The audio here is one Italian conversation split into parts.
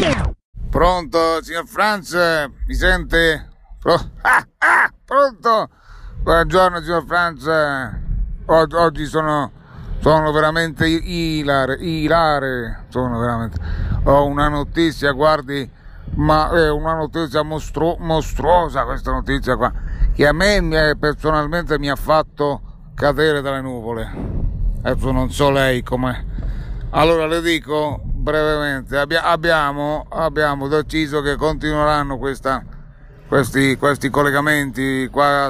Pronto, signor Franz? Mi sente? Pronto? Buongiorno, signor Franz. Oggi sono veramente ilare. Sono veramente. Ho una notizia, guardi, ma è una notizia mostruosa questa notizia qua, che a me personalmente mi ha fatto cadere dalle nuvole. Adesso non so lei com'è. Allora le dico brevemente, abbiamo deciso che continueranno questi collegamenti qua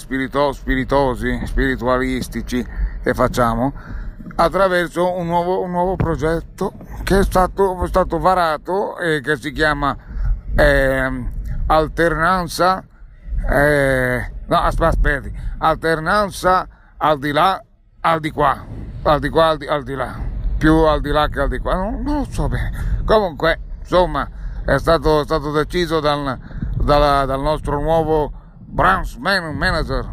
spiritualistici che facciamo attraverso un nuovo progetto che è stato varato e che si chiama alternanza alternanza al di là, al di qua, al di là, più al di là che al di qua, non lo so bene. Comunque, insomma, è stato deciso dal nostro nuovo branch manager,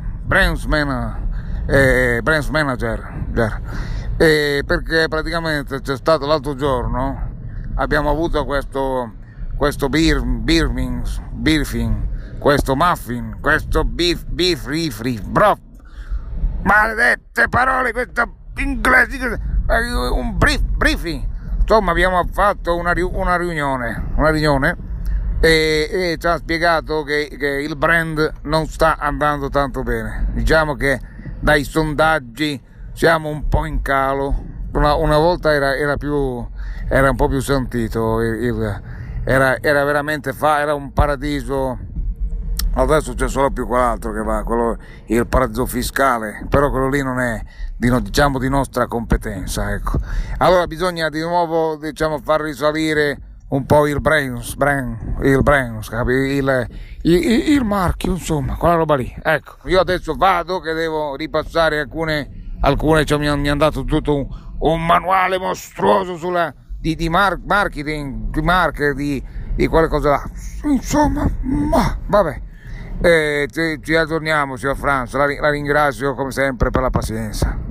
perché praticamente c'è stato l'altro giorno, abbiamo avuto questo briefing, questo muffin, questo beef maledette parole, questo inglese, un briefing. Insomma, abbiamo fatto una riunione e ci ha spiegato che il brand non sta andando tanto bene. Diciamo che dai sondaggi siamo un po' in calo. Una volta era un po' più sentito, era veramente era un paradiso. Adesso c'è solo più quell'altro che va, il paradiso fiscale, però quello lì non è di nostra competenza, ecco. Allora bisogna di nuovo, far risalire un po' il brains, il marchio, insomma, quella roba lì. Ecco, io adesso vado che devo ripassare alcune mi hanno dato tutto un manuale mostruoso di marketing, di marche, di quelle cose là. Insomma, vabbè. Ci aggiorniamo, signor Franz, la ringrazio come sempre per la pazienza.